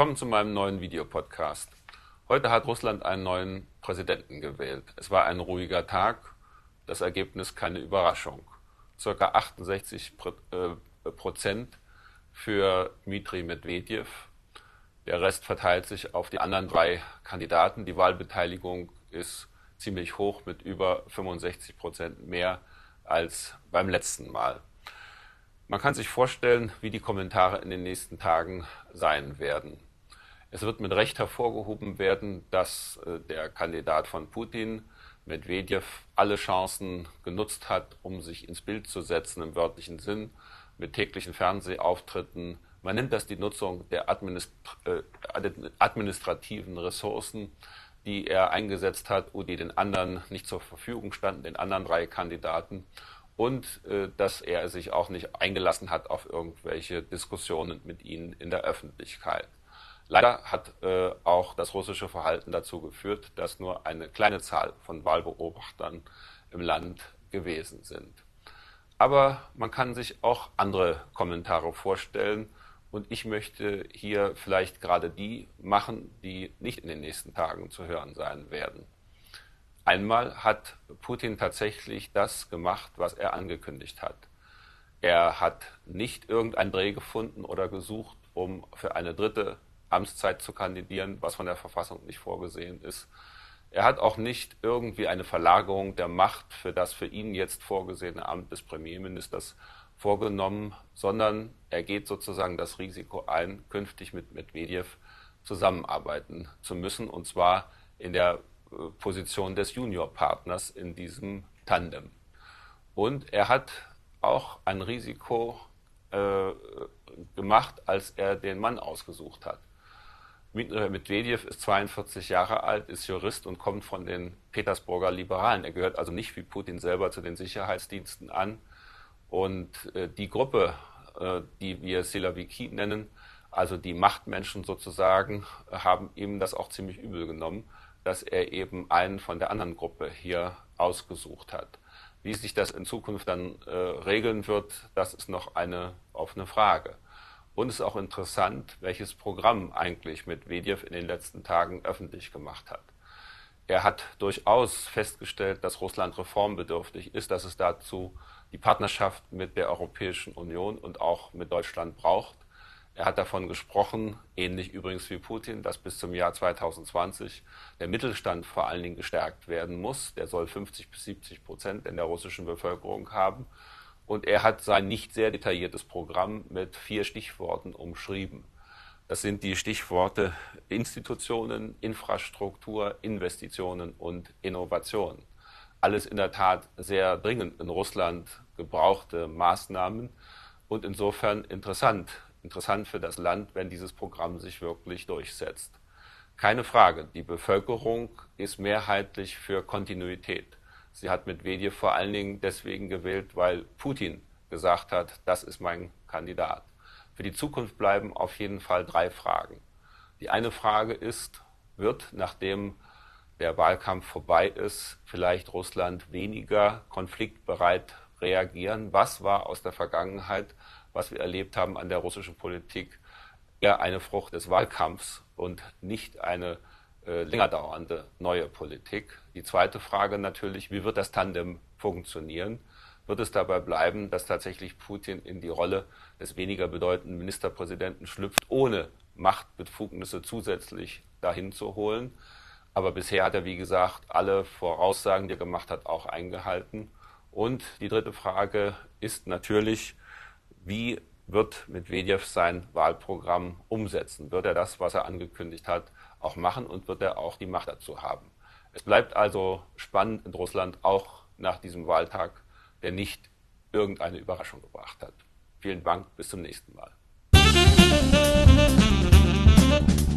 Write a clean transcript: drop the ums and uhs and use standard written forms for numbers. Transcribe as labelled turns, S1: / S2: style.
S1: Willkommen zu meinem neuen Videopodcast. Heute hat Russland einen neuen Präsidenten gewählt. Es war ein ruhiger Tag, das Ergebnis keine Überraschung. Circa 68% für Dmitri Medwedew. Der Rest verteilt sich auf die anderen drei Kandidaten. Die Wahlbeteiligung ist ziemlich hoch mit über 65% mehr als beim letzten Mal. Man kann sich vorstellen, wie die Kommentare in den nächsten Tagen sein werden. Es wird mit Recht hervorgehoben werden, dass der Kandidat von Putin, Medwedew, alle Chancen genutzt hat, um sich ins Bild zu setzen, im wörtlichen Sinn, mit täglichen Fernsehauftritten. Man nennt das die Nutzung der administrativen Ressourcen, die er eingesetzt hat und die den anderen nicht zur Verfügung standen, den anderen drei Kandidaten. Und dass er sich auch nicht eingelassen hat auf irgendwelche Diskussionen mit ihnen in der Öffentlichkeit. Leider hat auch das russische Verhalten dazu geführt, dass nur eine kleine Zahl von Wahlbeobachtern im Land gewesen sind. Aber man kann sich auch andere Kommentare vorstellen und ich möchte hier vielleicht gerade die machen, die nicht in den nächsten Tagen zu hören sein werden. Einmal hat Putin tatsächlich das gemacht, was er angekündigt hat. Er hat nicht irgendeinen Dreh gefunden oder gesucht, um für eine dritte Amtszeit zu kandidieren, was von der Verfassung nicht vorgesehen ist. Er hat auch nicht irgendwie eine Verlagerung der Macht für das für ihn jetzt vorgesehene Amt des Premierministers vorgenommen, sondern er geht sozusagen das Risiko ein, künftig mit Medwedew zusammenarbeiten zu müssen, und zwar in der Position des Juniorpartners in diesem Tandem. Und er hat auch ein Risiko gemacht, als er den Mann ausgesucht hat. Medwedew ist 42 Jahre alt, ist Jurist und kommt von den Petersburger Liberalen. Er gehört also nicht wie Putin selber zu den Sicherheitsdiensten an. Und die Gruppe, die wir Siloviki nennen, also die Machtmenschen sozusagen, haben ihm das auch ziemlich übel genommen, dass er eben einen von der anderen Gruppe hier ausgesucht hat. Wie sich das in Zukunft dann regeln wird, das ist noch eine offene Frage. Und es ist auch interessant, welches Programm eigentlich Medwedew in den letzten Tagen öffentlich gemacht hat. Er hat durchaus festgestellt, dass Russland reformbedürftig ist, dass es dazu die Partnerschaft mit der Europäischen Union und auch mit Deutschland braucht. Er hat davon gesprochen, ähnlich übrigens wie Putin, dass bis zum Jahr 2020 der Mittelstand vor allen Dingen gestärkt werden muss. Der soll 50-70% in der russischen Bevölkerung haben. Und er hat sein nicht sehr detailliertes Programm mit 4 Stichworten umschrieben. Das sind die Stichworte Institutionen, Infrastruktur, Investitionen und Innovation. Alles in der Tat sehr dringend in Russland gebrauchte Maßnahmen und insofern interessant für das Land, wenn dieses Programm sich wirklich durchsetzt. Keine Frage, die Bevölkerung ist mehrheitlich für Kontinuität. Sie hat Medwedew vor allen Dingen deswegen gewählt, weil Putin gesagt hat, das ist mein Kandidat. Für die Zukunft bleiben auf jeden Fall 3 Fragen. Die eine Frage ist, wird, nachdem der Wahlkampf vorbei ist, vielleicht Russland weniger konfliktbereit reagieren? Was war aus der Vergangenheit, was wir erlebt haben an der russischen Politik, eher eine Frucht des Wahlkampfs und nicht eine länger dauernde neue Politik? Die zweite Frage natürlich, wie wird das Tandem funktionieren? Wird es dabei bleiben, dass tatsächlich Putin in die Rolle des weniger bedeutenden Ministerpräsidenten schlüpft, ohne Machtbefugnisse zusätzlich dahin zu holen? Aber bisher hat er, wie gesagt, alle Voraussagen, die er gemacht hat, auch eingehalten. Und die dritte Frage ist natürlich, wie wird Medwedew sein Wahlprogramm umsetzen? Wird er das, was er angekündigt hat, auch machen und wird er auch die Macht dazu haben? Es bleibt also spannend in Russland, auch nach diesem Wahltag, der nicht irgendeine Überraschung gebracht hat. Vielen Dank, bis zum nächsten Mal.